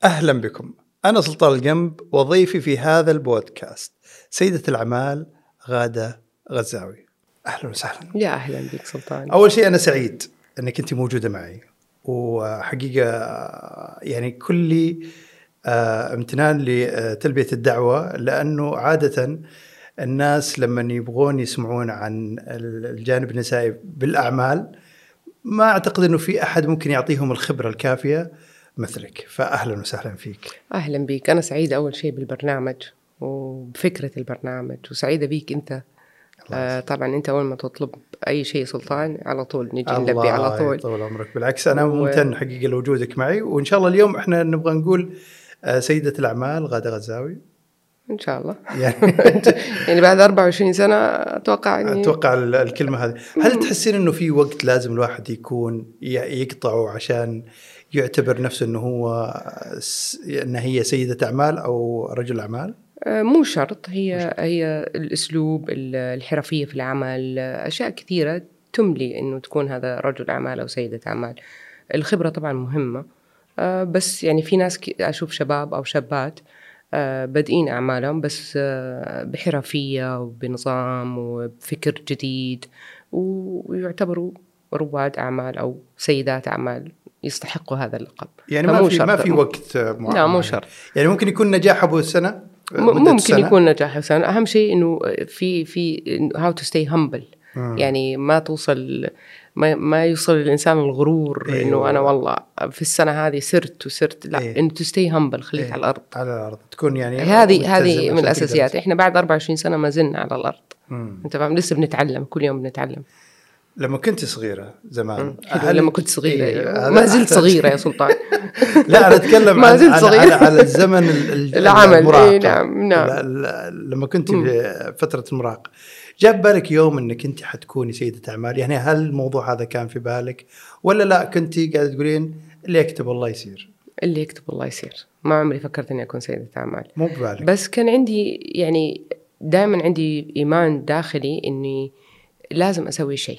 أهلا بكم. أنا سلطان الجنب وضيفي في هذا البودكاست سيدة الأعمال غادة غزاوي. أهلا وسهلا. يا أهلا بك سلطان. أول شيء أنا سعيد أنك أنت موجودة معي، وحقيقة يعني كلي امتنان لتلبية الدعوة، لأنه عادة الناس لما يبغون يسمعون عن الجانب النسائي بالأعمال ما أعتقد أنه في أحد ممكن يعطيهم الخبرة الكافية مثلك، فأهلا وسهلا فيك. أهلا بك، أنا سعيدة أول شيء بالبرنامج وبفكرة البرنامج، وسعيدة بيك أنت. طبعا أنت أول ما تطلب أي شيء سلطان على طول نجي نلبي على طول. الله يطول عمرك، بالعكس أنا ممتن حقيقة لوجودك معي، وإن شاء الله اليوم إحنا نبغى نقول سيدة الأعمال غادة غزاوي إن شاء الله. يعني بعد 24 سنة أتوقع الكلمة هذه. هل تحسين إنه في وقت لازم الواحد يكون يقطعه عشان يعتبر نفسه إنه هي سيدة أعمال أو رجل أعمال؟ مو شرط، هي الأسلوب، الحرفية في العمل، أشياء كثيرة تملي إنه تكون هذا رجل أعمال أو سيدة أعمال. الخبرة طبعا مهمة، بس يعني في ناس أشوف شباب أو شابات بادئين أعمالهم بس بحرفية وبنظام وبفكر جديد، ويعتبروا رواد أعمال أو سيدات أعمال يستحقوا هذا اللقب. يعني ما في وقت معين. لا مو شرط. يعني ممكن يكون نجاح أبو سنة، ممكن سنة. يكون نجاح سنة. أهم شيء إنه في how to stay humble. يعني ما توصل ما يوصل الإنسان الغرور. أيوة. إنه أنا والله في السنة هذه سرت لا. أيوة. إنه to stay humble، خليك. أيوة. على الأرض تكون يعني هذه من الأساسيات. إحنا بعد 24 سنة ما زلنا على الأرض. أنت فاهم، لسه بنتعلم كل يوم بنتعلم. لما كنت صغيرة زمان، لما كنت صغيرة. أيوة. ما زلت صغيرة يا سلطان. لا أنا أتكلم على الزمن العمل. المراهقة. نعم. لما كنت في فترة المراهقة، جاب بالك يوم أنك أنت حتكوني سيدة أعمال؟ يعني هل الموضوع هذا كان في بالك ولا لا كنت قاعدة تقولين اللي يكتب الله يصير؟ اللي يكتب الله يصير. ما عمري فكرت أني أكون سيدة أعمال. مو ببالك. بس كان عندي يعني دائما عندي إيمان داخلي أني لازم أسوي شيء.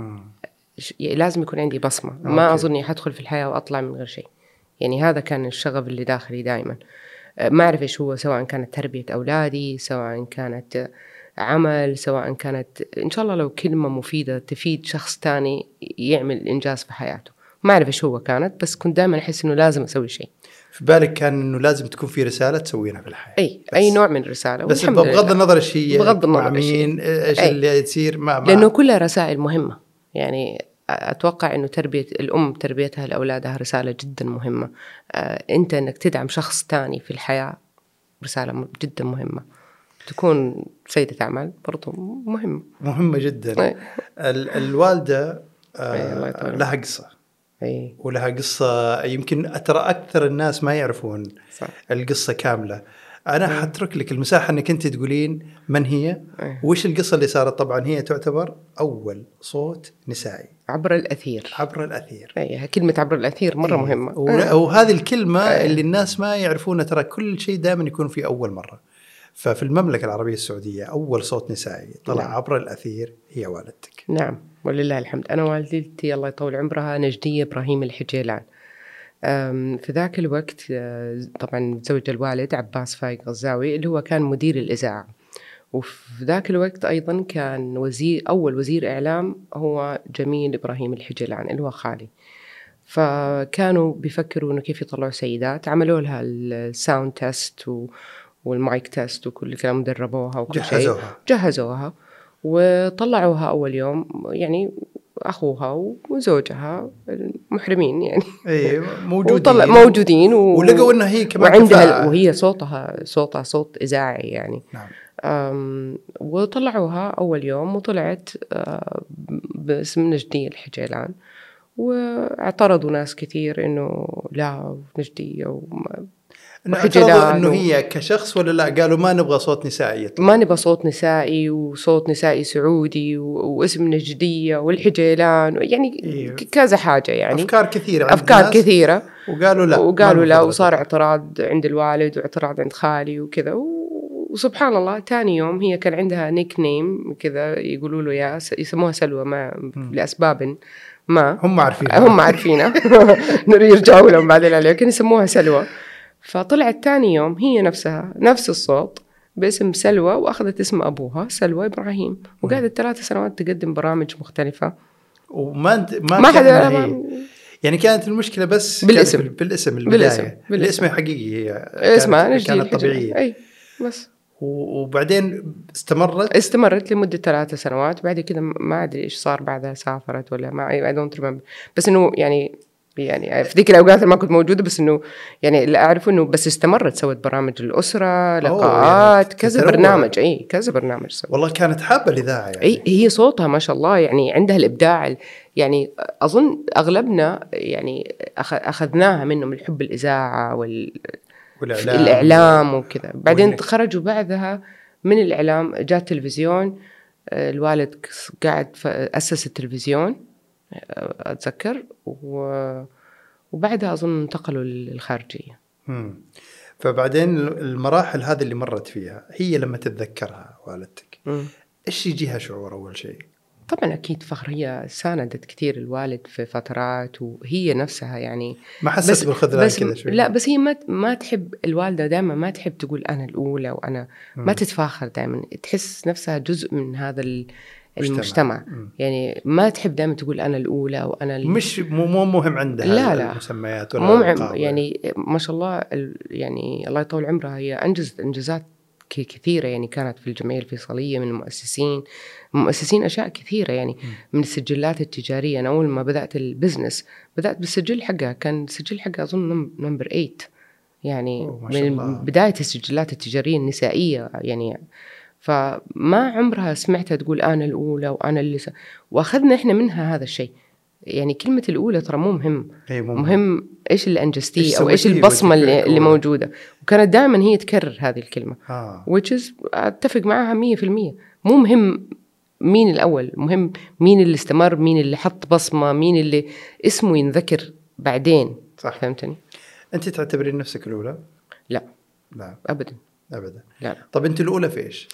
لازم يكون عندي بصمة. ما أظني حدخل في الحياة وأطلع من غير شيء. يعني هذا كان الشغف اللي داخلي دائما. ما أعرف إيش هو، سواء كانت تربية أولادي، سواء كانت عمل، سواء كانت إن شاء الله لو كلمة مفيدة تفيد شخص تاني يعمل إنجاز في حياته. ما أعرف إيش هو كانت، بس كنت دائما أحس إنه لازم أسوي شيء. في بالك كان إنه لازم تكون في رسالة تسوينها في الحياة. أي نوع من رسالة. بس بغض النظر الشيء مع مين إيش اللي يصير لأنه كلها رسائل مهمة. يعني أتوقع إنه الأم تربيتها لأولادها رسالة جدا مهمة. أنت إنك تدعم شخص تاني في الحياة رسالة جدا مهمة. تكون سيدة أعمال برضو مهمة جدا. الوالدة لها قصة. ولها قصة يمكن ترى أكثر الناس ما يعرفون. صح. القصة كاملة. أنا حترك لك المساحة أنك أنت تقولين من هي وإيش القصة اللي صارت. طبعا هي تعتبر أول صوت نسائي عبر الأثير. كلمة عبر الأثير مرة مهمة. وهذه الكلمة اللي الناس ما يعرفونها. ترى كل شيء دائما يكون في أول مرة. ففي المملكة العربية السعودية أول صوت نسائي طلع عبر الأثير هي والدتك. نعم ولله الحمد. أنا والدتي الله يطول عمرها نجدية إبراهيم الحجيلان. في ذاك الوقت طبعا زوج الوالد عباس فايق غزاوي اللي هو كان مدير الإذاعة. وفي ذاك الوقت أيضا كان أول وزير إعلام هو جميل إبراهيم الحجيلان اللي هو خالي. فكانوا بيفكروا إنه كيف يطلعوا سيدات. عملوا لها الساوند تيست والمايك تيست وكل الكلام، دربوها وكل شيء، جهزوها وطلعوها أول يوم. يعني أخوها وزوجها المحرمين يعني موجودين ولقوا إنها هي كمان وعندها وهي صوتها صوت إذاعي يعني. نعم. وطلعوها أول يوم وطلعت باسم نجدية الحجيلان. واعترضوا ناس كثير إنه لا نجدية اعترضوا إنه هي كشخص ولا لا. قالوا ما نبغى صوت نسائي. ما نبغى صوت نسائي وصوت نسائي سعودي واسم نجدية والحجيلان يعني كذا حاجة يعني أفكار كثيرة وقالوا لا وصار اعتراض عند الوالد واعتراض عند خالي وكذا. وسبحان الله تاني يوم هي كان عندها نيك نيم كذا يقولوا له يسموها سلوى ما لأسباب ما هم عارفينها. يرجعوا لهم بعدين عليه كان يسموها سلوى. فطلعت تاني يوم هي نفسها نفس الصوت باسم سلوى، وأخذت اسم أبوها سلوى إبراهيم، وقعدت 3 سنوات تقدم برامج مختلفة. وما ما حدا يعني كانت المشكلة بس بالاسم. بالاسم البداية. الاسم حقيقي هي اسمها كانت طبيعية. أي بس. وبعدين استمرت لمدة 3 سنوات. بعد كده ما أدري إيش صار بعدها، سافرت ولا ما I don't remember. بس إنه يعني في ذيك الأوقات ما كنت موجودة، بس إنه يعني اللي أعرفه إنه بس استمرت، سوت برامج الأسرة، لقاءات، يعني كذا برنامج. كذا برنامج سوت. والله كانت حابة الإذاعة يعني. هي صوتها ما شاء الله، يعني عندها الإبداع. يعني أظن أغلبنا يعني أخذناها منه من حب الإذاعة والإعلام وكذا. بعدين خرجوا بعدها من الإعلام، جاء التلفزيون. الوالد قاعد أسس التلفزيون أتذكر، وبعدها أظن انتقلوا للخارجية. فبعدين المراحل هذه اللي مرت فيها، هي لما تتذكرها والدتك إيش يجيها شعور أول شيء؟ طبعا أكيد فخر. هي ساندت كثير الوالد في فترات، وهي نفسها يعني ما حست بالخذلان كذا شوي. لا، بس هي ما تحب، الوالدة دائما ما تحب تقول أنا الأولى وأنا ما تتفاخر، دائما تحس نفسها جزء من هذا المجتمع. يعني ما تحب دائما تقول أنا الأولى وأنا مش مو مهم عندها. لا المسميات ولا مو يعني ما شاء الله يعني الله يطول عمرها، هي أنجزت إنجازات كثيرة. يعني كانت في الجمعية الفيصلية من مؤسسين أشياء كثيرة، يعني من السجلات التجارية. أنا أول ما بدأت البزنس بدأت بالسجل حقها، كان السجل حقها أظن نمبر 8 يعني من بداية السجلات التجارية النسائية يعني. فما عمرها سمعتها تقول أنا الأولى وأنا اللي وأخذنا إحنا منها هذا الشيء. يعني كلمة الأولى ترى مو مهم إيش اللي أنجزتيه أو إيش البصمة اللي موجودة. وكانت دائما هي تكرر هذه الكلمة which is أتفق معها 100%. مو مهم مين الأول، مهم مين اللي استمر، مين اللي حط بصمة، مين اللي اسمه ينذكر بعدين. صح. فهمتني؟ أنت تعتبرين نفسك الأولى؟ لا أبدا. لا. طب أنت الأولى في إيش؟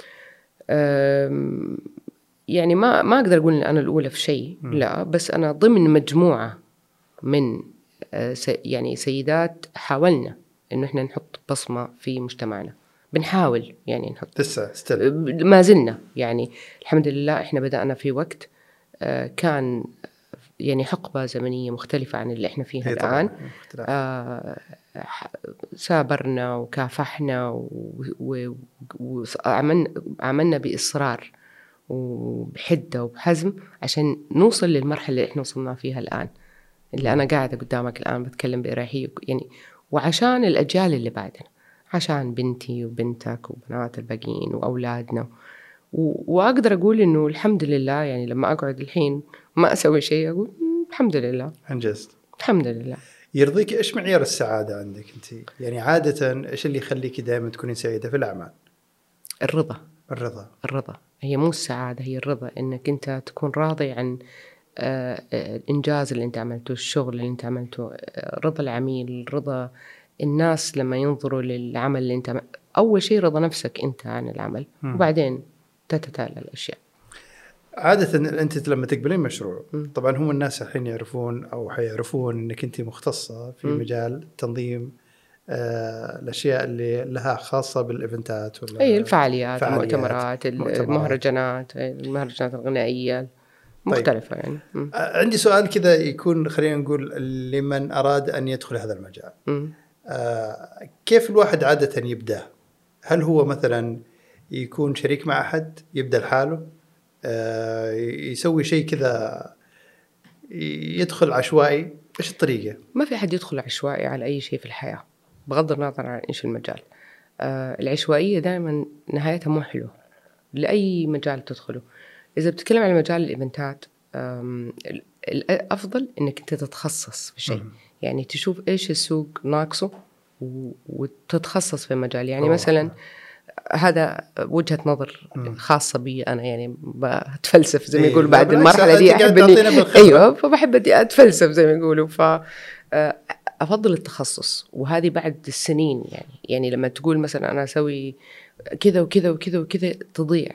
يعني ما أقدر أقول أنا الأولى في شيء، لا، بس أنا ضمن مجموعة من يعني سيدات حاولنا إنه إحنا نحط بصمة في مجتمعنا. بنحاول يعني نحط ما زلنا يعني الحمد لله. إحنا بدأنا في وقت كان يعني حقبة زمنية مختلفة عن اللي إحنا فيها الآن. سابرنا وكافحنا وعملنا بإصرار وبحدة وبحزم عشان نوصل للمرحلة اللي إحنا وصلنا فيها الآن، اللي أنا قاعدة قدامك الآن بتكلم بإريحية يعني. وعشان الأجيال اللي بعدنا، عشان بنتي وبنتك وبنات الباقيين وأولادنا. وأقدر أقول إنه الحمد لله. يعني لما أقعد الحين ما أسوي شيء أقول الحمد لله أنجزت الحمد لله. يرضيك إيش معيار السعادة عندك أنت؟ يعني عادة إيش اللي يخليك دائما تكونين سعيدة في الأعمال؟ الرضا هي مو السعادة، هي الرضا. إنك أنت تكون راضي عن الإنجاز اللي أنت عملته، الشغل اللي أنت عملته، رضا العميل، رضا الناس لما ينظروا للعمل اللي أنت أول شيء رضا نفسك أنت عن العمل، وبعدين تتتالى الأشياء. عادة أنت لما تقبلين مشروع طبعا هم الناس الحين يعرفون أو حيعرفون أنك أنت مختصة في مجال تنظيم الأشياء اللي لها خاصة بالإيفنتات ولا الفعاليات، المؤتمرات، المهرجانات الغنائية مختلفة. طيب. يعني عندي سؤال كذا يكون خلينا نقول لمن أراد أن يدخل هذا المجال. كيف الواحد عادة يبدأ؟ هل هو مثلا يكون شريك مع أحد، يبدأ لحاله، يسوي شيء كذا، يدخل عشوائي؟ إيش الطريقة؟ ما في أحد يدخل عشوائي على أي شيء في الحياة بغض النظر عن إيش المجال. العشوائية دائما نهايتها مو حلوة لأي مجال تدخله. إذا بتتكلم عن مجال الإيفنتات، الأفضل إنك أنت تتخصص في شيء. يعني تشوف إيش السوق ناقصه وتتخصص في مجال. يعني مثلا هذا وجهة نظر خاصة بي أنا، يعني بتفلسف زي ما يقول بعد المرحلة دي أحب أيوة، فبحب أتفلسف زي ما يقولوا. فأفضل التخصص، وهذه بعد السنين. يعني لما تقول مثلا أنا أسوي كذا وكذا وكذا وكذا تضيع،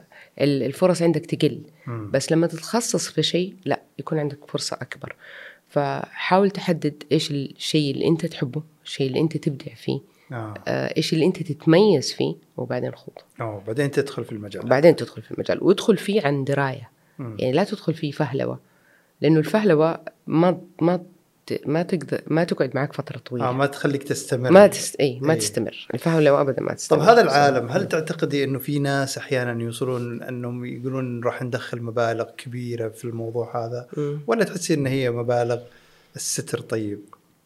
الفرص عندك تقل. بس لما تتخصص في شيء لا، يكون عندك فرصة أكبر. فحاول تحدد إيش الشيء اللي أنت تحبه، الشيء اللي أنت تبدع فيه، إيش اللي أنت تتميز فيه، وبعدين خوض. بعدين تدخل في المجال. وبعدين تدخل في المجال وادخل فيه عن دراية. يعني لا تدخل فيه فهلوة، لأنه الفهلوة ما تقعد معك فترة طويلة. ما تخليك تستمر. ما تستمر. الفهلوة أبدا ما تستمر. طب هذا العالم، هل تعتقدي إنه في ناس أحيانا يوصلون أنهم يقولون راح ندخل مبالغ كبيرة في الموضوع هذا، ولا تحسي إن هي مبالغ الستر طيب؟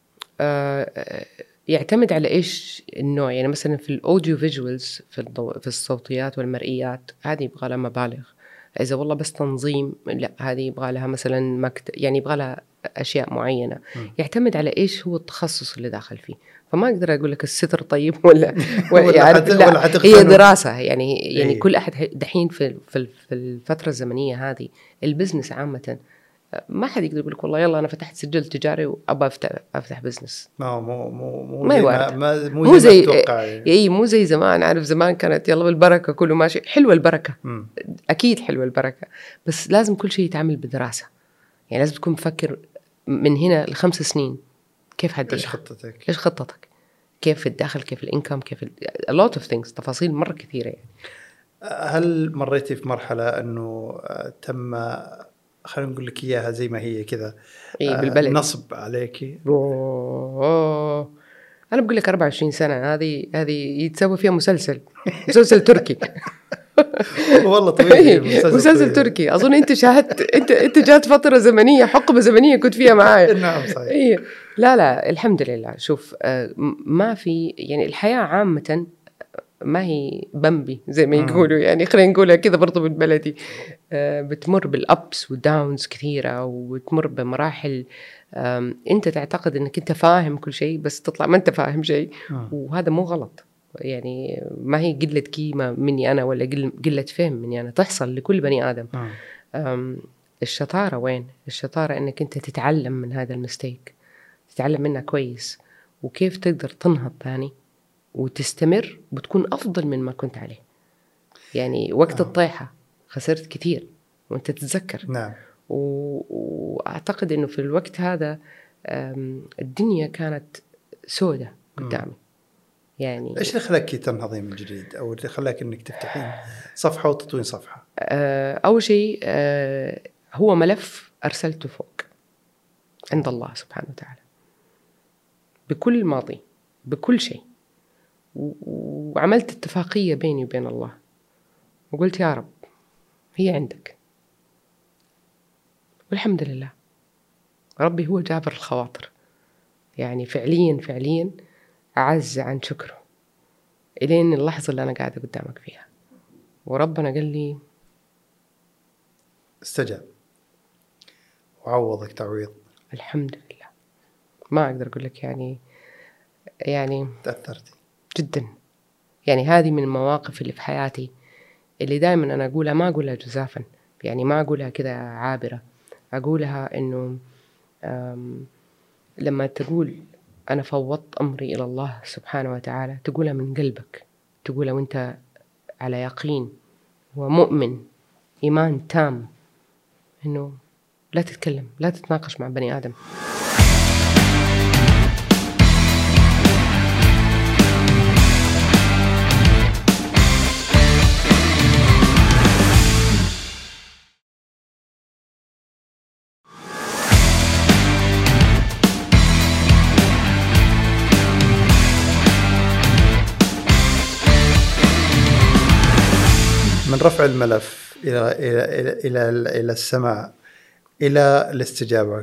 يعتمد على إيش النوع. يعني مثلا في الأوديو فيجوالز، في الصوتيات والمرئيات، هذه يبغى لها مبالغ. إذا والله بس تنظيم، لا، هذه يبغى لها مثلا يعني يبغى لها أشياء معينة. يعتمد على إيش هو التخصص اللي داخل فيه. فما أقدر أقول لك الستر طيب ولا هي دراسة. يعني كل أحد دحين في الفترة الزمنية هذه، البزنس عامة، ما حد يقدر يقول لك والله يلا أنا فتحت سجل تجاري وأبى أفتح بزنس. مو زي زمان. عارف زمان كانت يلا بالبركة، كله ماشي. حلوة البركة، أكيد حلوة البركة، بس لازم كل شيء يتعمل بدراسة. يعني لازم تكون مفكر من هنا ل5 سنين كيف هتديرها، إيش خطتك، كيف الداخل، كيف الإنكم، كيف a lot of things، تفاصيل مرة كثيرة. يعني هل مريتي في مرحلة أنه تم، خلينا نقول لك إياها زي ما هي كذا، نصب عليكي؟ أنا بقول لك 24 سنة هذه يتسوى فيها مسلسل تركي. والله طويل. مسلسل تركي. أظن أنت شاهدت، أنت جات فترة زمنية، حقبة زمنية كنت فيها معايا. نعم صحيح. لا الحمد لله. شوف، ما في، يعني الحياة عامة ما هي بمبي زي ما يقولوا. يعني خلينا نقولها كذا برضو بالبلدي. بتمر بالأبس والداونز كثيرة، وتمر بمراحل. أنت تعتقد أنك أنت فاهم كل شيء، بس تطلع ما أنت فاهم شيء. وهذا مو غلط. يعني ما هي قلة قيمة مني أنا، ولا قلة فهم مني أنا، تحصل لكل بني آدم. الشطارة وين؟ الشطارة أنك أنت تتعلم من هذا المستيك، تتعلم منها كويس، وكيف تقدر تنهض ثاني وتستمر، بتكون أفضل من ما كنت عليه. يعني وقت الطيحة خسرت كثير وأنت تتذكر. نعم. وأعتقد أنه في الوقت هذا الدنيا كانت سودة قدامي. يعني إيش اللي خلاك تنهضي من جديد، أو اللي خلاك أنك تفتحين صفحة وتطوين صفحة؟ أول شيء هو ملف أرسلته فوق عند الله سبحانه وتعالى، بكل ماضي، بكل شيء. وعملت اتفاقية بيني وبين الله، وقلت يا رب هي عندك. والحمد لله ربي هو جابر الخواطر. يعني فعليا أعز عن شكره إلين اللحظة اللي أنا قاعدة قدامك فيها. وربنا قال لي استجاب وعوضك تعويض. الحمد لله. ما أقدر أقول لك يعني تأثرتي جدا. يعني هذه من المواقف اللي في حياتي اللي دائما أنا أقولها، ما أقولها جزافا، يعني ما أقولها كذا عابرة، أقولها إنه لما تقول أنا فوضت أمري إلى الله سبحانه وتعالى، تقولها من قلبك، تقولها وانت على يقين ومؤمن إيمان تام، إنه لا تتكلم، لا تتناقش مع بني آدم. من رفع الملف إلى السماع إلى الاستجابة،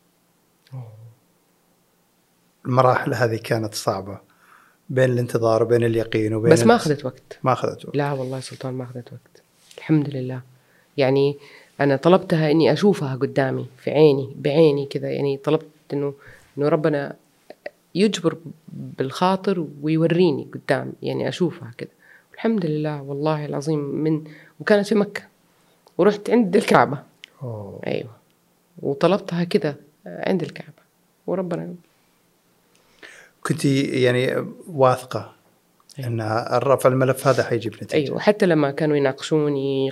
المراحل هذه كانت صعبة، بين الانتظار وبين اليقين وبين بس ما أخذت وقت. لا والله سلطان ما أخذت وقت، الحمد لله. يعني أنا طلبتها إني أشوفها قدامي في بعيني كذا. يعني طلبت إنه ربنا يجبر بالخاطر ويوريني قدام، يعني أشوفها كذا. الحمد لله والله العظيم. وكانت في مكة، ورحت عند الكعبة. أيوة، وطلبتها كذا عند الكعبة، وربنا. كنت يعني واثقة أن رفع الملف هذا حيجيب نتيجة. أيوة، حتى لما كانوا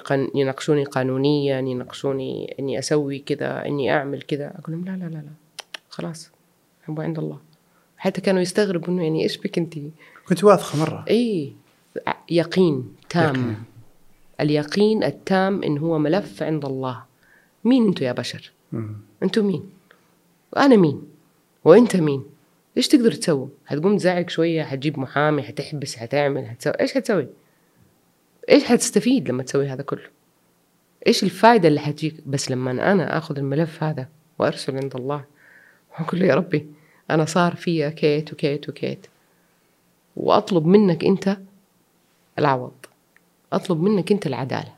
يناقشوني قانونيا، يناقشوني إني أسوي كذا، إني أعمل كذا، أقول لهم لا، خلاص هو عند الله. حتى كانوا يستغربوا إنه يعني إيش بك أنتي؟ كنت واثقة مرة. إيه يقين تام. اليقين التام إن هو ملف عند الله. مين أنتوا يا بشر؟ أنتوا مين؟ وأنا مين؟ وأنت مين؟ إيش تقدر تسوي؟ هتقوم تزعق شوية، هتجيب محامي، هتحبس، هتعمل، هتسوي إيش؟ هتسوي إيش؟ هتستفيد لما تسوي هذا كله؟ إيش الفائدة اللي هتجيك؟ بس لما أنا أخذ الملف هذا وأرسل عند الله وأقول له يا ربي أنا صار فيا كيت وكيت وكيت، وأطلب منك أنت العوض، أطلب منك أنت العدالة.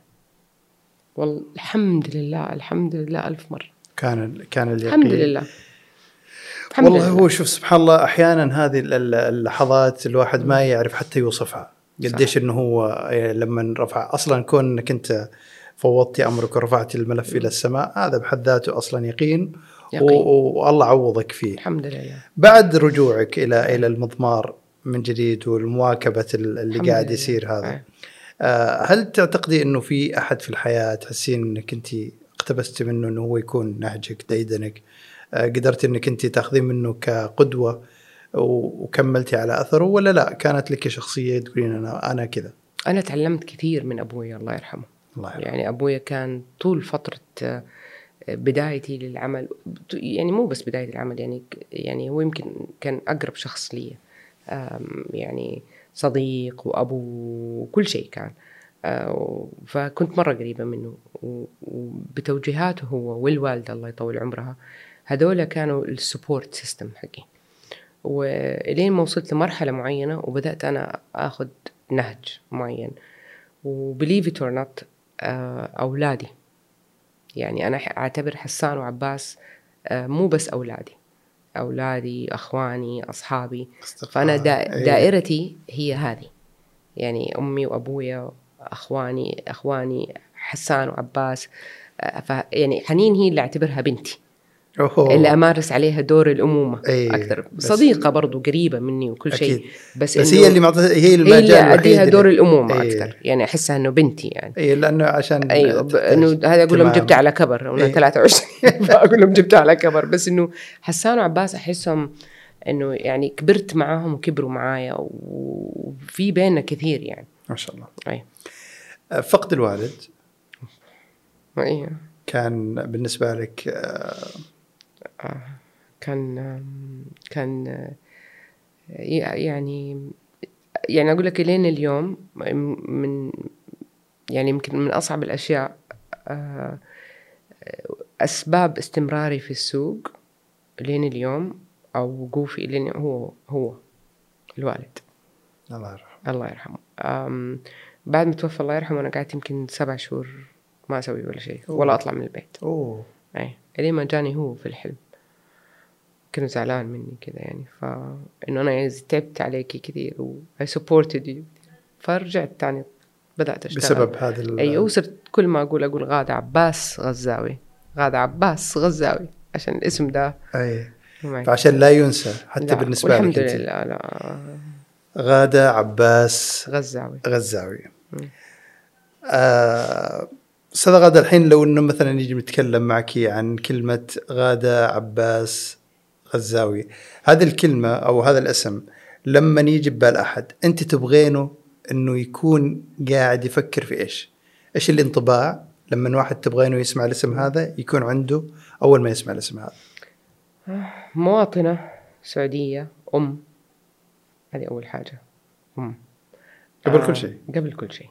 والحمد لله الحمد لله ألف مرة كان اليقين. الحمد لله. والله هو شوف سبحان الله، أحيانا هذه اللحظات الواحد ما يعرف حتى يوصفها قديش إنه هو لما رفع أصلا كون إنك أنت فوضتي أمرك ورفعت الملف إلى السماء، هذا بحد ذاته أصلا يقين. والله عوضك فيه الحمد لله. بعد رجوعك إلى المضمار من جديد والمواكبة اللي قاعد يصير هذا، هل تعتقدي إنه في أحد في الحياة تحسين إنك أنت اقتبست منه إنه هو يكون نهجك ديدنك، قدرت إنك أنت تأخذين منه كقدوة وكملتي على أثره، ولا لا كانت لك شخصية تقولين أنا كذا؟ أنا تعلمت كثير من أبوي الله يرحمه. يعني أبوي كان طول فترة بدايتي للعمل، يعني مو بس بداية العمل، يعني هو يمكن كان أقرب شخص لي، يعني صديق وأبو وكل شيء كان، فكنت مرة قريبة منه، وبتوجيهاته هو والوالدة الله يطول عمرها، هذولا كانوا السبورت سيستم حقي. وإلين ما وصلت لمرحلة معينة وبدأت أنا أخذ نهج معين، وبليف إت أور نوت أولادي، يعني أنا أعتبر حسان وعباس مو بس أولادي أخواني أصحابي، فأنا دائرتي هي هذه، يعني أمي وأبويا أخواني حسان وعباس، يعني حنين هي اللي أعتبرها بنتي، اللي أمارس عليها دور الأمومة أكثر. صديقة برضو قريبة مني وكل شيء، بس هي اللي أديها دور الأمومة أكثر، يعني أحسها إنه بنتي يعني. لأنه عشان إنه هذا أقول لهم جبت على كبر وأنا 23 فأقول لهم جبت على كبر، بس إنه حسان وعباس أحسهم إنه يعني كبرت معاهم وكبروا معايا، وفي بيننا كثير يعني ما شاء الله. فقد الوالد كان بالنسبة لك كان يعني أقول لك لين اليوم من يعني يمكن من أصعب الأشياء أسباب استمراري في السوق لين اليوم أو وقوفي لين هو الوالد الله يرحمه. بعد ما توفى الله يرحمه أنا قعدت يمكن 7 شهور ما أسوي ولا شيء ولا أطلع من البيت. إلين ما جاني هو في الحلم، كان زعلان مني كذا يعني، فإنه أنا تعبت عليكي كثير و I supported you، فرجعت تاني بدأت أشتغل بسبب هذا أيوة. صرت كل ما أقول غادة عباس غزاوي، غادة عباس غزاوي، عشان الاسم ده فعشان لا ينسى حتى بالنسبة لك. الحمد لله لا. غادة عباس غزاوي. أستاذ غادة، الحين لو إنه مثلا نيجي نتكلم معك عن كلمة غادة عباس غزاوي، هذه الكلمة أو هذا الاسم لما يجي ببال أحد أنت تبغينه إنه يكون قاعد يفكر في إيش الانطباع لما واحد تبغينه يسمع الاسم هذا يكون عنده أول ما يسمع الاسم هذا؟ مواطنة سعودية، هذه أول حاجة، قبل كل شيء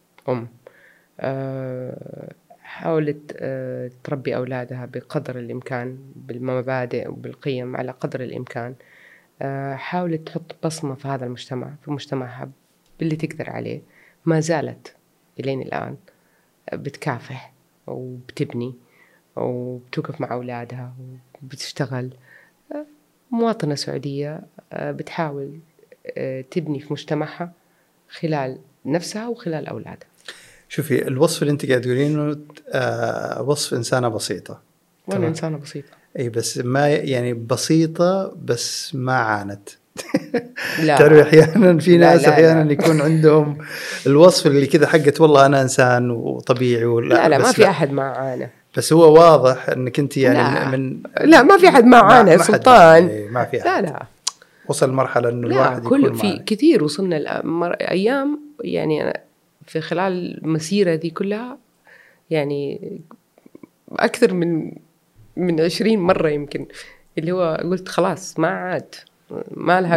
حاولت تربي أولادها بقدر الإمكان بالمبادئ وبالقيم على قدر الإمكان، حاولت تحط بصمة في هذا المجتمع، في مجتمعها باللي تقدر عليه، ما زالت إلين الآن بتكافح وبتبني وبتوقف مع أولادها وبتشتغل. مواطنة سعودية بتحاول تبني في مجتمعها خلال نفسها وخلال أولادها. شوفي الوصف اللي انت قاعد تقولينه وصف إنسانة بسيطة. وأنا إنسانة بسيطة. أي بس ما يعني بسيطة بس ما عانت. لا. تعرف أحيانا في ناس أحيانا يكون عندهم الوصف اللي كذا حقت والله أنا إنسان وطبيعي لا ما في أحد ما عانى. بس هو واضح انك انت يعني لا ما في حد ما عانى سلطان. ما في حد. لا وصل مرحلة انه الواحد يكون في كثير وصلنا ايام يعني أنا في خلال المسيرة دي كلها يعني اكثر من 20 مرة يمكن اللي هو قلت خلاص ما عاد ما لها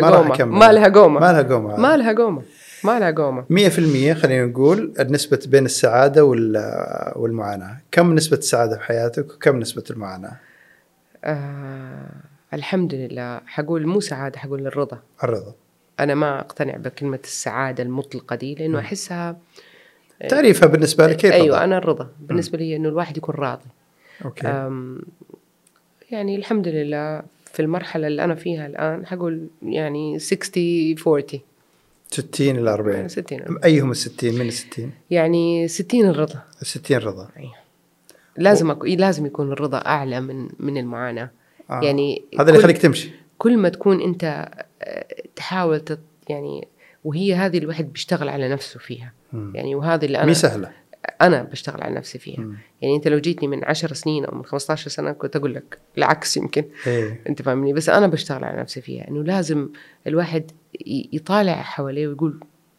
قومة 100%. خلينا نقول النسبة بين السعادة والمعاناة، كم نسبة السعادة في حياتك وكم نسبة المعاناة؟ الحمد لله حقول مو سعادة، حقول الرضا. أنا ما أقتنع بكلمة السعادة المطلقة دي لأنه أحسها تعريفها بالنسبة لك كيف؟ أيوة أنا الرضا بالنسبة لي إنه الواحد يكون راضي. أوكي. يعني الحمد لله في المرحلة اللي أنا فيها الآن حقول يعني 60-40 60 إلى 40. 60. أيهم 60 من 60؟ يعني 60 الرضا. 60 رضا. أيوة. لازم يكون الرضا أعلى من المعاناة. يعني هذا اللي يخليك تمشي. كل ما تكون أنت تحاول يعني وهي هذه الواحد بيشتغل على نفسه فيها. يعني وهذه اللي أنا مي سهلة. أنا بشتغل على نفسي فيها. يعني أنت لو جيتني من 10 سنين أو من 15 سنة كنت أقول لك العكس يمكن. أنت فاهمني؟ بس أنا بشتغل على نفسي فيها إنه لازم الواحد يطالع حواليه ويقول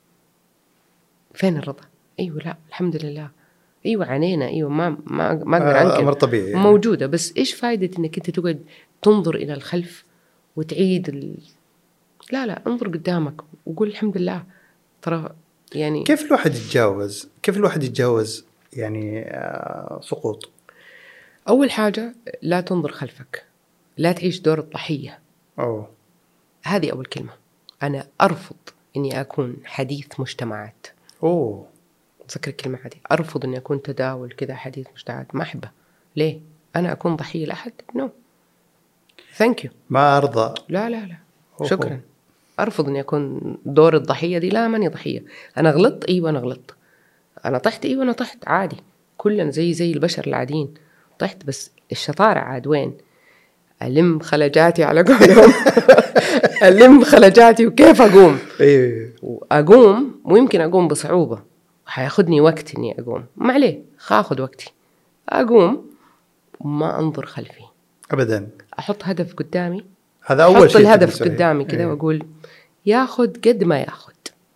فين الرضا؟ أيوة لا الحمد لله. أيوة عانينا. أيوة ما أقدر أنكر. أمر طبيعي يعني. موجودة. بس إيش فايدة إنك أنت تقعد تنظر إلى الخلف وتعيد لا انظر قدامك وقول الحمد لله. ترى يعني كيف الواحد يتجاوز يعني سقوط؟ أول حاجة لا تنظر خلفك، لا تعيش دور الضحية. هذه أول كلمة. أنا أرفض إني أكون حديث مجتمعات. تذكر الكلمة هذه. أرفض إني أكون تداول كذا حديث مجتمعات. ما أحبه. ليه؟ أنا أكون ضحية لأحد؟ نو ثانك يو. ما أرضى. لا شكرا. أرفض إني أكون دور الضحية دي. لا ماني ضحية. أنا غلطت. أيوة أنا غلطت. أنا طحت. أيوة أنا طحت عادي. كلنا زي البشر العاديين. طحت. بس الشطارة عاد وين؟ ألم خلجاتي على قولهم. ألم خلجاتي وكيف أقوم. وأقوم ويمكن أقوم بصعوبة وحياخدني وقت إني أقوم. ما عليه خاخد وقتي. أقوم وما أنظر خلفي أبدا. أحط هدف قدامي. هذا أول شيء. أحط الهدف قدامي كذا وأقول ياخد قد ما ياخد.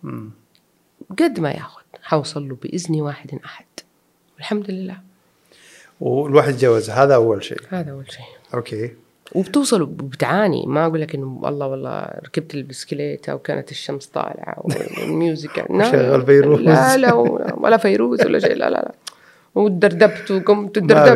قد ما ياخد حوصل له بإذن واحد أحد. الحمد لله. والواحد يتجاوز. هذا أول شيء. أوكي. وبتوصل وبتعاني. ما أقول لك إنه والله ركبت البسكليت أو كانت الشمس طالعة والميوزك شغل فيروز. لا ولا فيروز ولا شيء. لا ودردبت وقمت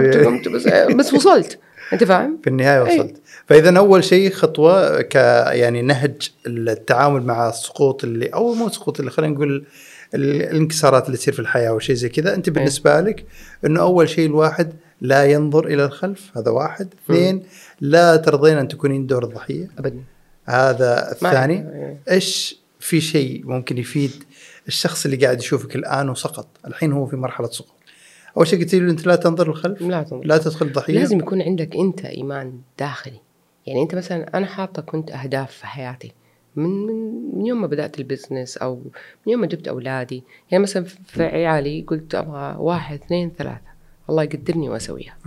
بس وصلت. أنت فاهم؟ في النهاية وصلت. فإذا أول شيء خطوة يعني نهج التعامل مع السقوط اللي أو مو سقوط اللي خلينا نقول الانكسارات اللي تصير في الحياة أو شيء زي كذا. أنت بالنسبة لك إنه أول شيء الواحد لا ينظر إلى الخلف. هذا واحد. اثنين لا ترضين أن تكونين دور الضحية أبدا. هذا الثاني. إيش في شيء ممكن يفيد الشخص اللي قاعد يشوفك الآن وسقط الحين هو في مرحلة سقوط؟ أول شيء قلت له أنت لا تنظر للخلف. لا تدخل ضحية. لازم يكون عندك أنت إيمان داخلي. يعني أنت مثلا أنا حاطة كنت أهداف في حياتي من يوم ما بدأت البزنس أو من يوم ما جبت أولادي. يعني مثلا في عيالي قلت أبغى 1 2 3 الله يقدرني وأسويها.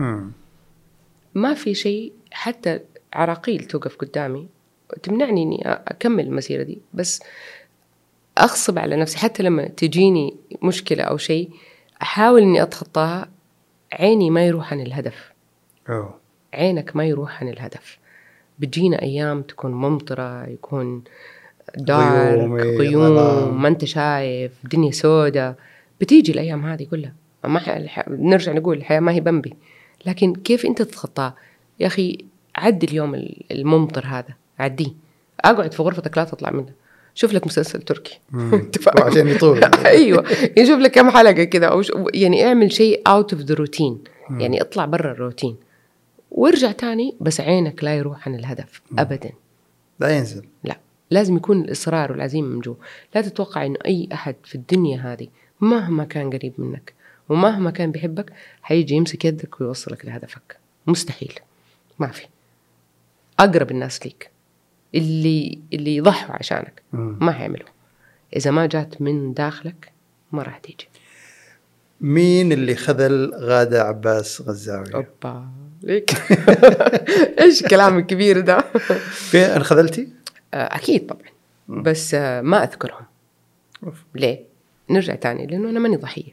ما في شيء حتى عراقيل توقف قدامي تمنعني إني أكمل المسيرة دي. بس أغصب على نفسي حتى لما تجيني مشكلة أو شيء أحاول إني أتخطاها. عيني ما يروح عن الهدف. عينك ما يروح عن الهدف. بتجينا أيام تكون ممطرة يكون دارك غيوم ما أنت شايف دنيا سودة. بتيجي الأيام هذه كلها. نرجع نقول الحياة ما هي بمبي. لكن كيف أنت تتخطى يا أخي؟ عد اليوم الممطر هذا عديه. أقعد في غرفتك لا تطلع منها. شوف لك مسلسل تركي عشان يطول. أيوة يشوف لك كم حلقة كذا أو يعني اعمل شيء out of the routine. يعني اطلع برا الروتين وارجع تاني. بس عينك لا يروح عن الهدف أبدا. لا ينزل. لا لازم يكون الإصرار والعزيمة من جوا. لا تتوقع إنه أي أحد في الدنيا هذه مهما كان قريب منك ومهما كان بيحبك هيجي يمسك يدك ويوصلك لهدفك. مستحيل. ما في. أقرب الناس ليك اللي يضحوا عشانك ما هيعملوا. إذا ما جات من داخلك ما راح تيجي. مين اللي خذل غادة عباس غزاوي؟ أوبا ليك إيش الكلام الكبير ده؟ في انخذلتي؟ أكيد طبعا، بس ما أذكرهم. ليه؟ نرجع تاني لأنه أنا ماني ضحية.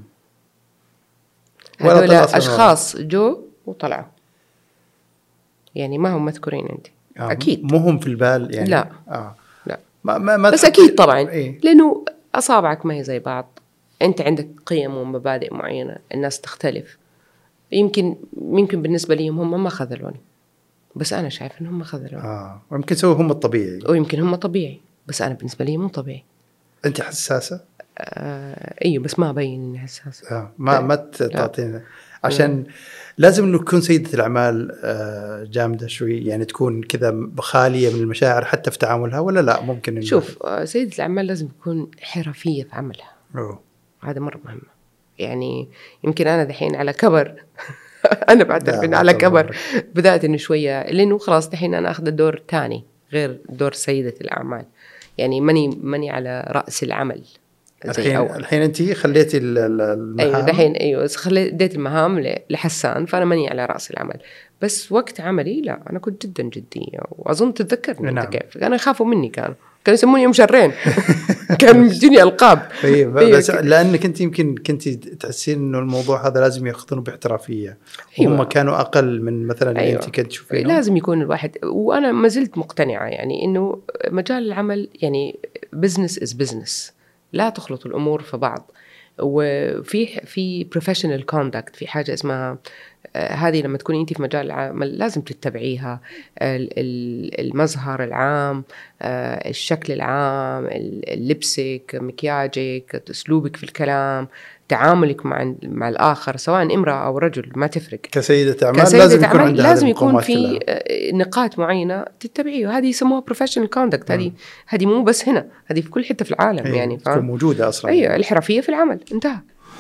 هذول أشخاص جو وطلعوا، يعني ما هم مذكورين عندي. أكيد مو هم في البال يعني. لا لا ما بس أكيد طبعا. إيه؟ لأنه أصابعك ما هي زي بعض، أنت عندك قيم ومبادئ معينة، الناس تختلف. يمكن بالنسبة لي هم ما خذلوني، بس أنا شايف إنهم ما خذلوني. ويمكن سووا هم الطبيعي، ويمكن هم طبيعي، بس أنا بالنسبة لي مو طبيعي. أنت حساسة؟ أيوة، بس ما أبين إني حساسة. ما تعطينا عشان لازم إنه تكون سيدة الأعمال جامدة شوي، يعني تكون كذا خالية من المشاعر حتى في تعاملها، ولا لا ممكن إنه شوف، سيدة الأعمال لازم تكون حرفية في عملها. هذا مرة مهم. يعني يمكن أنا دحين على كبر أنا بعترف إن على كبر بدأت إنه شوية، لأنه خلاص دحين أنا أخذ دور تاني غير دور سيدة الأعمال، يعني ماني على رأس العمل زي الحين أنت خليتي المهام. أيوة دحين، أيوة خليت المهام لحسان، فأنا ماني على رأس العمل. بس وقت عملي لا، أنا كنت جدا جدية، وأظن تتذكرني أنت كيف كانوا يخافوا مني، كانوا يسموني أم شرين كان مديني ألقاب. بس لأنك أنت يمكن كنت تحسين إنه الموضوع هذا لازم يأخذونه باحترافية. هم كانوا أقل من مثلا أنت كنت تشوفينه. لازم يكون الواحد، وأنا ما زلت مقتنعة يعني إنه مجال العمل يعني business is business، لا تخلط الأمور في بعض. وفي professional conduct، في حاجة اسمها هذه لما تكوني أنت في مجال العمل لازم تتبعيها. المظهر العام، الشكل العام، لبسك، مكياجك، أسلوبك في الكلام، تعاملك مع الآخر سواء امرأة أو رجل، ما تفرق. كسيدة أعمال لازم يكون في نقاط معينة تتبعيه، هذه يسموها professional conduct. هذه مو بس هنا، هذه في كل حتة في العالم يعني، تكون موجودة أصلا. أيوة، الحرفية في العمل انتهى.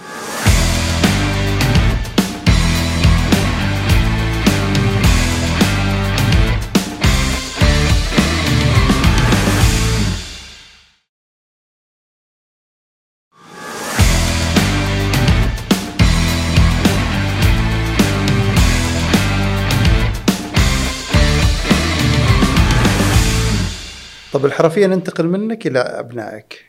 طب الحرفية ننتقل منك إلى أبنائك.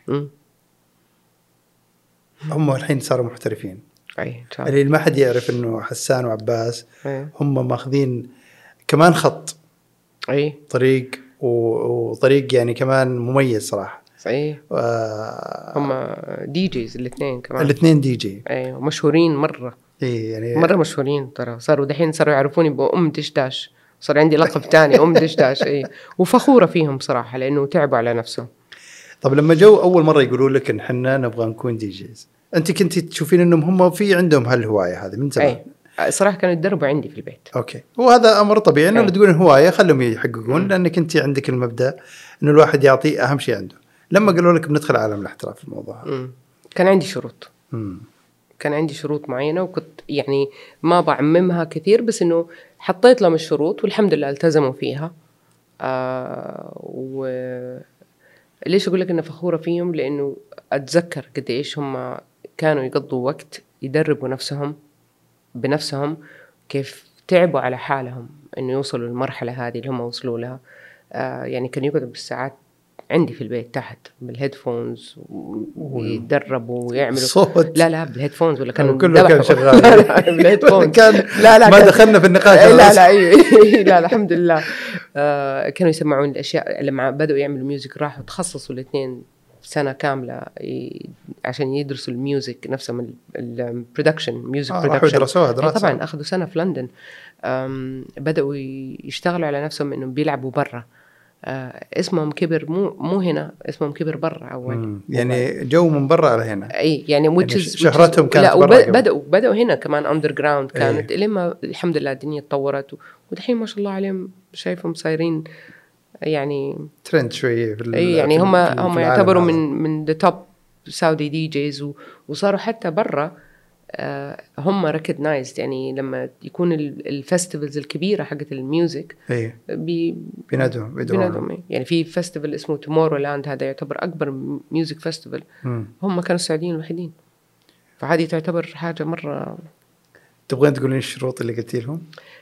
هم الحين صاروا محترفين. اللي ما حد يعرف إنه حسان وعباس هم ماخذين كمان خط طريق، وطريق يعني كمان مميز صراحة. صحيح. هم دي جيز الاثنين كمان. الاثنين دي جي. أيوة، مشهورين مرة. يعني مرة مشهورين ترى. صاروا يعرفوني بأم دشداش، صار عندي لقب تاني أم دشداش. وفخورة فيهم صراحة لأنه تعبوا على نفسهم. طب لما جو أول مرة يقولوا لك إن حنا نبغى نكون دي جيز، أنت كنت تشوفين إنهم هم في عندهم هالهواية هذه من زمان؟ صراحة كانوا يتدربوا عندي في البيت. أوكي، وهذا أمر طبيعي إنه تقولين هواية خلهم يحققون، لأنك أنت عندك المبدأ إنه الواحد يعطي أهم شيء عنده. لما قالوا لك بندخل عالم الاحتراف في الموضوع، كان عندي شروط. كان عندي شروط معينة، وكنت يعني ما بعممها كثير، بس إنه حطيت لهم الشروط والحمد لله التزموا فيها. وليش أقول لك إن فخورة فيهم؟ لأنه أتذكر قد إيش هم كانوا يقضوا وقت يدربوا نفسهم بنفسهم، كيف تعبوا على حالهم إنه يوصلوا للمرحلة هذه اللي هم وصلوا لها. يعني كانوا يقعدوا بالساعات عندي في البيت تحت بالهيدفونز ويتدربوا ويعملوا صوت. لا بالهيدفونز، ولا كانوا كله كان شغال. لا بالهيدفونز. لا ما دخلنا في النقاش. لا الحمد لله. كانوا يسمعون الأشياء. لما بدأوا يعملوا ميوزك راحوا تخصصوا الاثنين سنة كاملة عشان يدرسوا الميوزك نفسه، البرودكشن، ميوزك برودكشن. درسوها دراسة. طبعا أخذوا سنة في لندن. بدأوا يشتغلوا على نفسهم إنهم بيلعبوا برا. اسمهم كبر مو هنا، اسمهم كبر برا أول. يعني جو من برا على هنا. أي يعني شهرتهم كانت برا. بدأوا هنا كمان أندرجراوند كانت. لما الحمد لله الدنيا تطورت، ودحين ما شاء الله عليهم شايفهم صايرين يعني ترند شوية. يعني هم يعتبروا من the top سعودي دي جيز، وصاروا حتى برا هم recognized. يعني لما يكون الفستيفالز الكبيرة حقت الميوزك بينادهم. يعني في فستيفال اسمه تومورو لاند، هذا يعتبر أكبر ميوزك فستيفال. هم كانوا السعوديين الوحيدين. فهذه تعتبر حاجة مرة. تبغين تقولين الشروط اللي قلتي لهم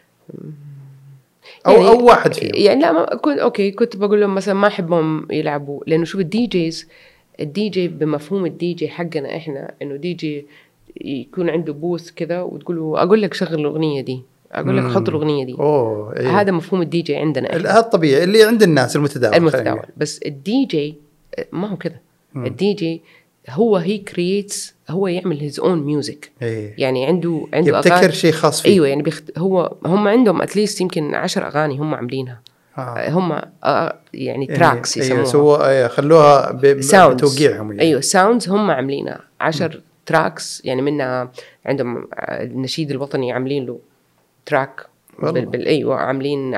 أو واحد فيهم؟ يعني لا، ما كنت أوكي، كنت بقول لهم مثلا ما أحبهم يلعبوا، لأنه شوف الدي جي بمفهوم الدي جي حقنا إحنا، إنه دي جي يكون عنده بوث كذا وتقولوا أقول لك شغل الأغنية دي، أقول لك حط الأغنية دي. إيه. هذا مفهوم الدي جي عندنا إحنا، هذا الطبيعي اللي عند الناس المتداول. بس الدي جي ما هو كذا. الدي جي هي كرييتس، هو يعمل هيز اون ميوزك. يعني عنده يبتكر شيء خاص فيه. ايوه يعني هم عندهم اتليست يمكن 10 اغاني هم عاملينها. هم يعني تراكس يسموها. خلوها بتوقيعهم يعني. ايوه ساوندز هم عاملينها 10 تراكس، يعني منها عندهم النشيد الوطني عاملين له تراك ايوه عاملين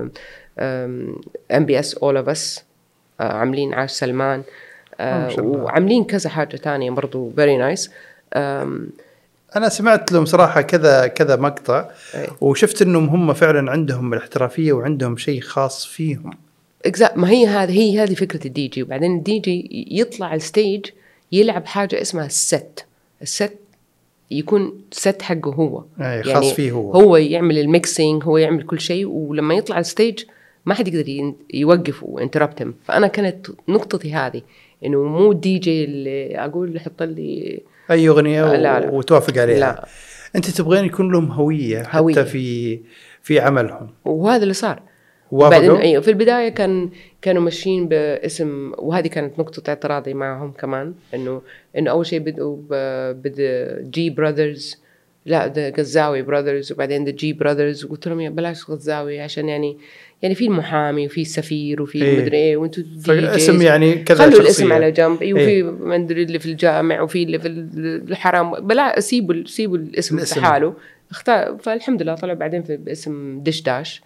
MBS All of Us، عاملين عاش سلمان، وعاملين كذا حاجة تانية برضو very nice. أنا سمعت لهم صراحة كذا مقطع، وشفت إنهم هم فعلا عندهم الاحترافية وعندهم شيء خاص فيهم. ما هي هذه فكرة الدي جي. وبعدين الدي جي يطلع الستيج يلعب حاجة اسمها الست يكون ست حقه هو، يعني خاص فيه هو يعمل الميكسينج، هو يعمل كل شيء، ولما يطلع الستيج ما حد يقدر يوقفه وانتربتم. فأنا كانت نقطتي هذه، إنه مو دي جي اللي أقول حط لي أي أغنية لا. وتوافق عليها. لا. أنت تبغين يكون لهم هوية حتى في عملهم، وهذا اللي صار. وبعدين أيوة في البداية كانوا ماشيين باسم، وهذه كانت نقطة اعتراضي معهم كمان، إنه أول شيء بدأوا جي براذرز، لا ده غزاوي براذرز، وبعدين ده جي براذرز. وقلت لهم بلاش غزاوي، عشان يعني في المحامي وفي السفير وفي المدري ايه، وانتوا اسم يعني كذا خلوا شخصية. الاسم على جنب. وفي مندري اللي في الجامع، وفي اللي في الحرام، بلا سيبوا الاسم في حاله. فالحمد لله طلع بعدين باسم دشداش،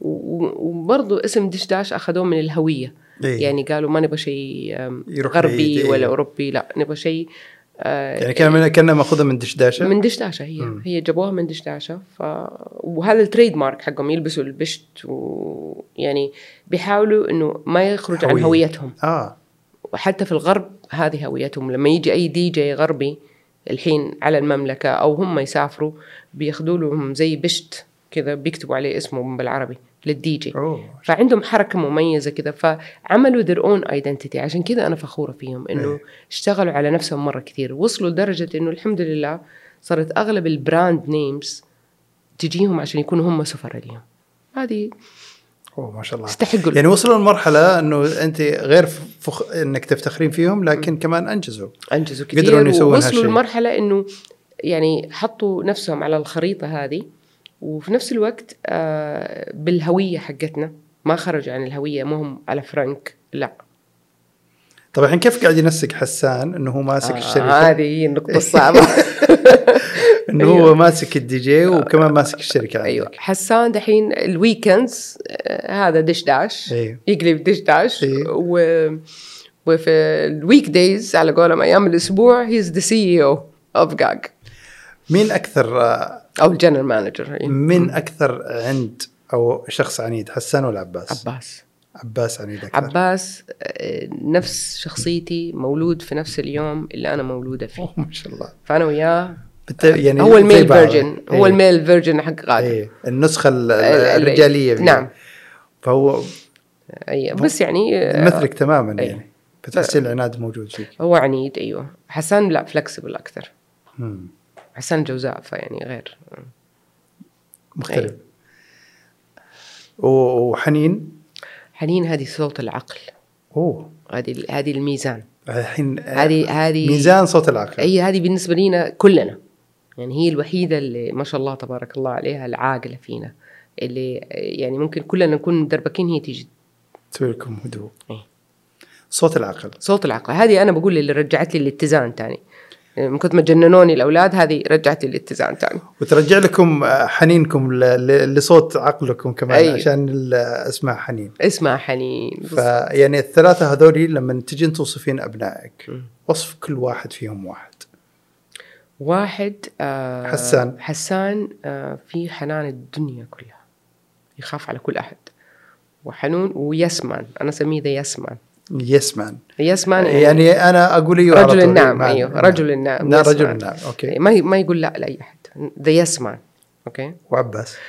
وبرضو اسم دشداش أخذوه من الهوية. يعني قالوا ما نبغى شيء غربي ولا أوروبي، لا نبغى شيء يعني كان مأخوذة من دشداشة. هي جابوها من دشداشة. وهذا التريد مارك حقهم، يلبسوا البشت، ويعني بيحاولوا إنه ما يخرج عن هويتهم. وحتى في الغرب هذه هويتهم. لما يجي أي دي جي غربي الحين على المملكة أو هم يسافروا، بياخدوا لهم زي بشت كذا بيكتبوا عليه اسمهم بالعربي للدي جي. فعندهم حركة مميزة كذا، فعملوا their own identity. عشان كذا أنا فخورة فيهم إنه اشتغلوا على نفسهم مرة كثير، وصلوا لدرجة إنه الحمد لله صارت أغلب البراند نيمز تجيهم عشان يكونوا هم سفراء لهم. هذه ما شاء الله استحقوا. يعني وصلوا لمرحلة إنه أنت غير إنك تفتخرين فيهم، لكن كمان أنجزوا كثير، قدروا إنه يسوون هالشيء. وصلوا لمرحلة إنه يعني حطوا نفسهم على الخريطة هذه، وفي نفس الوقت بالهوية حقتنا، ما خرجوا عن الهوية، ما هم على فرانك لا. طبعا الحين كيف قاعد ينسق حسان إنه هو ماسك الشركة؟ هذه هي النقطة الصعبة. إنه هو ماسك الدي جي وكمان ماسك الشركة. أيوة حسان دحين الويكندز هذا دشداش. يقلب دشداش. وفي الويك دايز على قولهم أيام الأسبوع he's the CEO of GAG. مين أكثر أو الجنرال مانجر؟ من أكثر عند أو شخص عنيد، حسان ولا عباس؟ عباس عنيد أكثر. عباس نفس شخصيتي، مولود في نفس اليوم اللي أنا مولودة فيه. ما شاء الله. فأنا وياه يعني هو الميل فيرجن. هو الميل فيرجن حق غادة. النسخة الرجالية فيه. نعم. فهو بس يعني مثلك تماما. يعني بتحسين العناد موجود فيك. هو عنيد. أيوة. حسان لا فلكسبل أكثر. حسن جوزاء فيعني غير مختلف. وحنين هذه صوت العقل. هذه الميزان. الحين هذه ميزان صوت العقل. هذه بالنسبة لنا كلنا، يعني هي الوحيدة اللي ما شاء الله تبارك الله عليها العاقلة فينا، اللي يعني ممكن كلنا نكون مدربكين هي تيجي تسوي لكم هدوء. صوت العقل هذه أنا بقول اللي رجعت لي الاتزان تاني. كنت مجننوني الأولاد، هذه رجعت لي الاتزان تاني، وترجع لكم حنينكم لصوت عقلكم كمان. عشان اسمها حنين. فيعني الثلاثة هذولي لما تجين توصفين أبنائك، وصف كل واحد فيهم واحد. حسان في حنان الدنيا كلها، يخاف على كل أحد، وحنون ويسمان. أنا سميه ذا يسمان. يس مان. يس مان يعني أنا أقول أيوه رجل النعم. أيوه رجل النعم. نعم رجل النعم. أوكي. ما يقول لا لأي أحد. ذا يس مان. أوكي. وعباس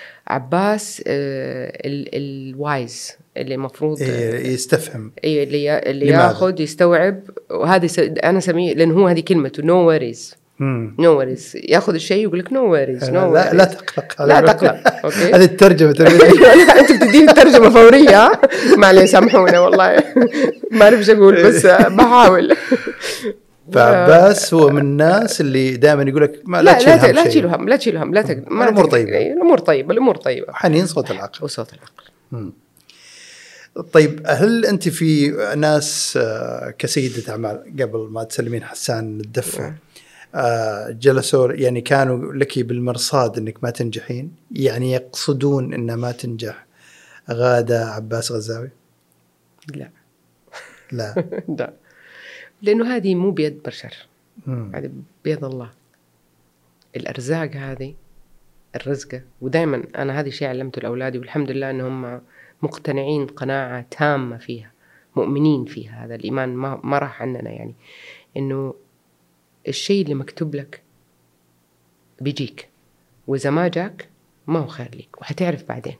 الوايز اللي مفروض يستفهم. اللي ياخذ يستوعب. وهذه أنا سميه لأن هو هذه كلمته no worries. no worries. ياخذ الشيء يقول لك no worries. no worries. لا تقلق. لا تقلق. أوكي. هذه الترجمة. أنت بتديني الترجمة فورية. معلش سامحونا والله ما أعرف إيش أقول بس بحاول. فعباس هو من الناس اللي دائما يقول لك لا تشيلوا هم. لا تشيلوا هم. الأمور طيبة. الأمور طيبة. حنين صوت العقل. وصوت العقل. طيب هل أنت في ناس كسيدة أعمال قبل ما تسلمين حسان الدفع جلسوا يعني كانوا لك بالمرصاد إنك ما تنجحين، يعني يقصدون إن ما تنجح غادة عباس غزاوي؟ لا لا لأنه هذه مو بيد بشر، هذه بيد الله. الأرزاق هذه الرزقة، ودائما أنا هذا الشيء علمته لأولادي والحمد لله أنهم مقتنعين قناعة تامة فيها، مؤمنين فيها. هذا الإيمان ما راح عننا، يعني إنه الشيء اللي مكتوب لك بيجيك، وإذا ما جاك ما هو خير لك، وحتعرف بعدين.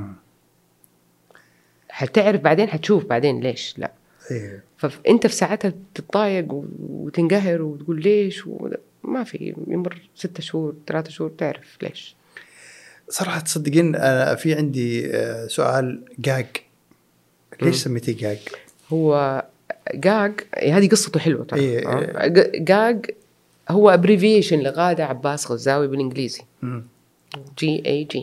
حتعرف بعدين، حتشوف بعدين ليش لا. فأنت في ساعتها تتضايق وتنقهر وتقول ليش، ما في يمر 6 شهور 3 شهور تعرف ليش. صراحة تصدقين أنا في عندي سؤال. جاج ليش سميتيه جاج؟ هو جاج هذه قصته حلوة ترى. جاج هو أبريفيشن لغادة عباس غزاوي بالإنجليزي. GAG.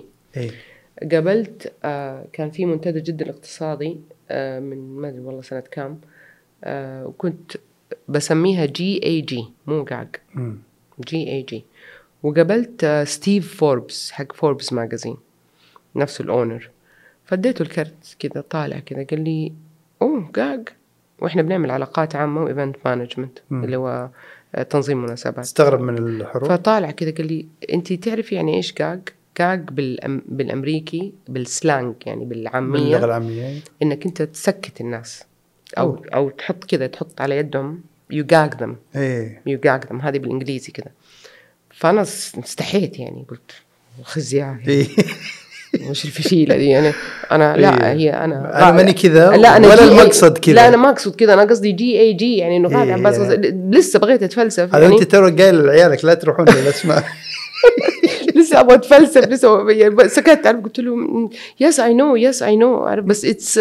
قبلت كان في منتدى جدا الاقتصادي من ما أدري والله سنة كام، وكنت بسميها GAG مو جاج. GAG. وقابلت ستيف فوربس حق فوربس ماجازين، نفسه الأونر، فديته الكرت كذا طالع كذا، قال لي أوه جاج، وإحنا بنعمل علاقات عامة وإيفنت مانجمنت اللي هو تنظيم مناسبات. استغرب من الحروف. فطالع كذا قال لي أنتي تعرفي يعني إيش جاج؟ جاج بالأمريكي بالسلانج، يعني بالعامية، باللغة العامية، إنك أنت تسكت الناس أو تحط كذا، تحط على يدهم you gag them. you gag them هذه بالإنجليزي كذا. فأنا استحيت، يعني قلت خزيها وش الفشيلة دي يعني. أنا لا هي أنا ماني كذا ولا المقصد كذا. لا أنا ما أقصد كذا، أنا قصدي GAG يعني إنه غادة عباس لسه بغيت أتفلسف. هذا يعني أنت ترى قايل لعيالك لا تروحون للأسماء. لسه أبغى أتفلسف لسه يعني سكت. عارف قلت له yes I know عارف بس it's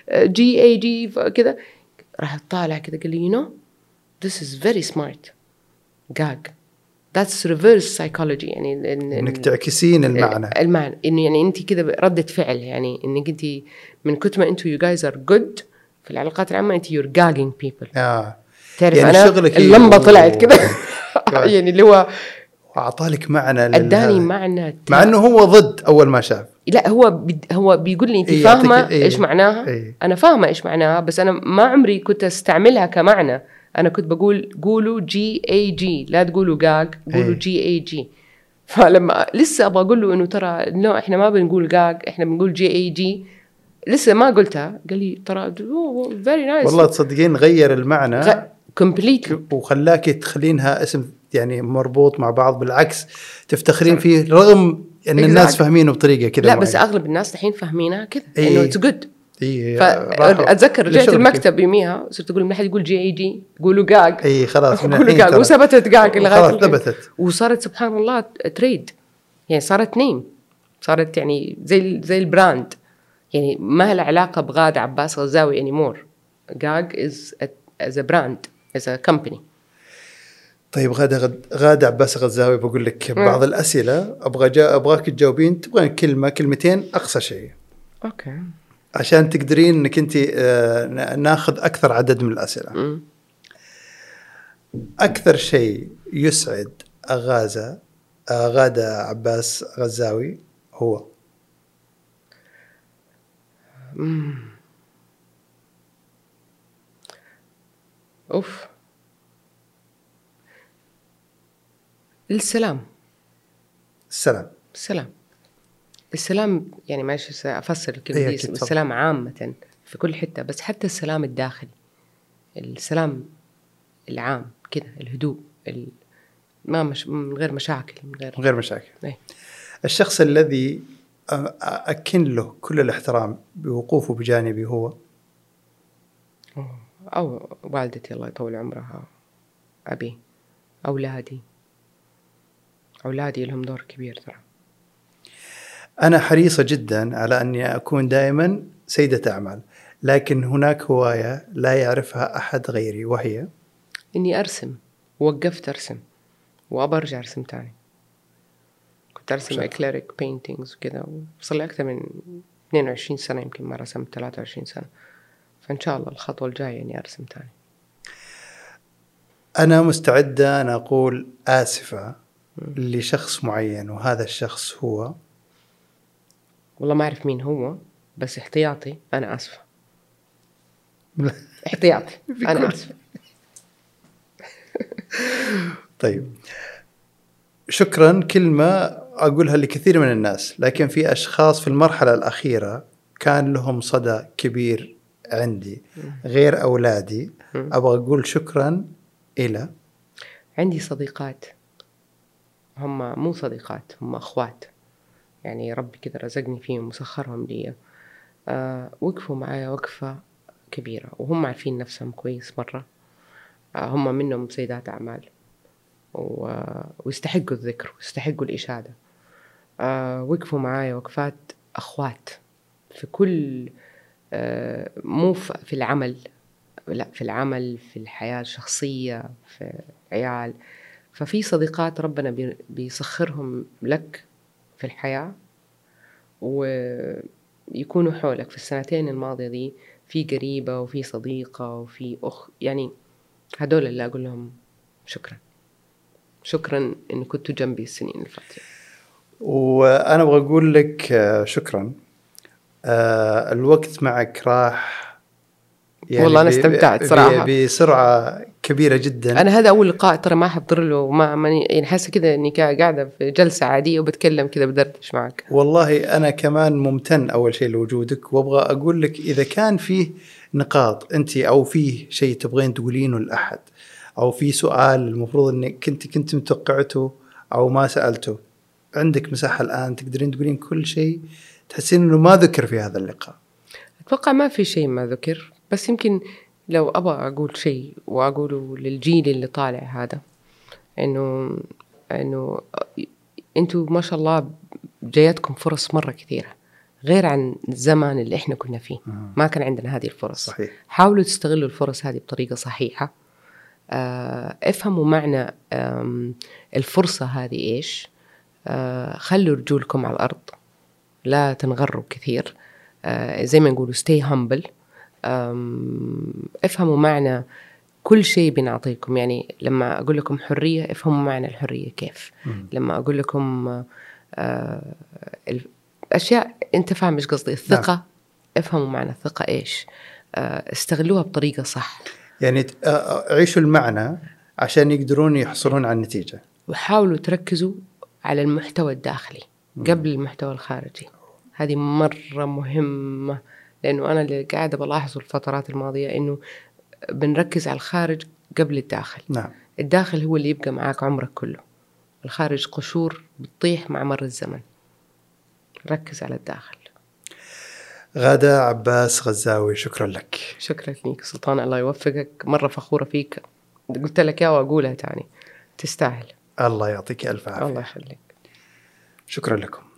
GAG كذا. راح طالع كذا قال لي you know this is very smart gag. That's reverse psychology، يعني إنك تعكسين المعنى إنه يعني أنت كذا ردة فعل، يعني إنك أنت من كتر ما أنتوا you guys are good في العلاقات العامة أنت you're gagging people. تعرف يعني أنا اللمبة طلعت كذا يعني اللي هو أعطالك معنى، أداني معنى مع إنه هو ضد أول ما شاف. لا هو بيقول لي أنت فاهمة إيش معناها. أنا فاهمة إيش معناها، بس أنا ما عمري كنت أستعملها كمعنى. أنا كنت بقول قولوا GAG، لا تقولوا جاج، قولوا GAG. فلما لسه أبغى أقول له إنه ترى لا إحنا ما بنقول جاج، إحنا بنقول GAG، لسه ما قلتها. قال لي ترى very nice والله تصدقين غير المعنى completely وخلاك تخلينها اسم يعني مربوط مع بعض، بالعكس تفتخرين فيه رغم إن الناس فاهمينه بطريقة كذا. لا بس أغلب الناس الحين فاهمينها كذا إنه it's good. فأتذكر رجعت المكتب يوميها صرت أقول من أحد يقول GAG قولوا جاج. خلاص قولوا جاج، وثبتت جاج لغاية ثبتت، وصارت سبحان الله تريد، يعني صارت نيم، صارت يعني زي البراند، يعني ما لها علاقة بغادة عباس غزاوي anymore. جاج as a brand as a company. طيب غادة عباس غزاوي، بقول لك بعض الأسئلة أبغاك تجاوبين، تبغين كلمة كلمتين أقصى شيء. أوكي. عشان تقدرين انك انت ناخذ اكثر عدد من الاسئله. اكثر شيء يسعد غادة عباس غزاوي هو السلام. يعني ماشي أفسر الكلمة دي. السلام عامة في كل حتة، بس حتى السلام الداخلي، السلام العام كده، الهدوء، من غير مشاكل، من غير مشاكل. إيه؟ الشخص الذي أكن له كل الاحترام بوقوفه بجانبي هو أو والدتي الله يطول عمرها، أبي، أولادي لهم دور كبير ترى. أنا حريصة جدا على أني أكون دائما سيدة أعمال، لكن هناك هواية لا يعرفها أحد غيري، وهي إني أرسم. وقفت أرسم وأبى أرجع أرسم تاني. كنت أرسم أكليريك بينتينجز وكذا، وصل لي أكثر من 22 سنة، يمكن ما رسمت 23 سنة. فإن شاء الله الخطوة الجاية إني أرسم تاني. أنا مستعدة أن أقول آسفة لشخص معين، وهذا الشخص هو والله ما أعرف مين هو، بس احتياطي أنا آسفة. احتياطي أنا آسفة. طيب، شكرا. كلمة أقولها لكثير من الناس، لكن في أشخاص في المرحلة الأخيرة كان لهم صدى كبير عندي غير أولادي. أبغى أقول شكرا إلى عندي صديقات، هم مو صديقات، هم أخوات، يعني ربي كذا رزقني فيهم وسخرهم لي. وقفوا معايا وقفة كبيرة، وهم عارفين نفسهم كويس مرة. هم منهم سيدات أعمال ويستحقوا الذكر ويستحقوا الإشادة. وقفوا معايا وقفات أخوات في كل مو في العمل، لا، في العمل، في الحياة الشخصية، في عيال. ففي صديقات ربنا بيسخرهم لك في الحياة، ويكونوا حولك. في السنتين الماضية دي في قريبة وفي صديقة وفي يعني هدول اللي أقول لهم شكرا إن كنتوا جنبي السنين اللي فاتت. وأنا أبغى أقول لك شكرا. الوقت معك راح يعني والله أنا استمتعت صراحة بسرعة كبيرة جدا. أنا هذا أول لقاء ترى، ما حضر له، يعني حاسة كذا إني قاعدة في جلسة عادية وبتكلم كذا بدردش معك. والله أنا كمان ممتن أول شيء لوجودك، وأبغى أقول لك إذا كان فيه نقاط أنت أو فيه شيء تبغين تقولينه لأحد، أو في سؤال المفروض إنك كنت متوقعته أو ما سألته، عندك مساحة الآن تقدرين تقولين كل شيء تحسين إنه ما ذكر في هذا اللقاء. أتوقع ما في شيء ما ذكر، بس يمكن لو أبغى أقول شيء وأقوله للجيل اللي طالع هذا، إنه أنتوا ما شاء الله جايتكم فرص مرة كثيرة غير عن الزمان اللي إحنا كنا فيه. ما كان عندنا هذه الفرص. صحيح. حاولوا تستغلوا الفرص هذه بطريقة صحيحة. افهموا معنى الفرصة هذه إيش. خلوا رجولكم على الأرض، لا تنغروا كثير. زي ما نقولوا stay humble. افهموا معنى كل شيء بنعطيكم. يعني لما أقول لكم حرية، افهموا معنى الحرية كيف. لما أقول لكم الأشياء أنت فاهم إيش قصدي. الثقة، نعم. افهموا معنى الثقة إيش. استغلوها بطريقة صح. يعني عيشوا المعنى عشان يقدرون يحصلون على النتيجة. وحاولوا تركزوا على المحتوى الداخلي قبل المحتوى الخارجي. هذه مرة مهمة، لأنه أنا اللي قاعدة بلاحظه الفترات الماضية إنه بنركز على الخارج قبل الداخل. نعم. الداخل هو اللي يبقى معاك عمرك كله، الخارج قشور بتطيح مع مر الزمن. ركز على الداخل. غادة عباس غزاوي، شكرا لك. شكرا لك سلطان، الله يوفقك. مرة فخورة فيك، قلت لك يا وأقولها تاني، تستاهل. الله يعطيك ألف عافية. الله يخليك. شكرا لكم.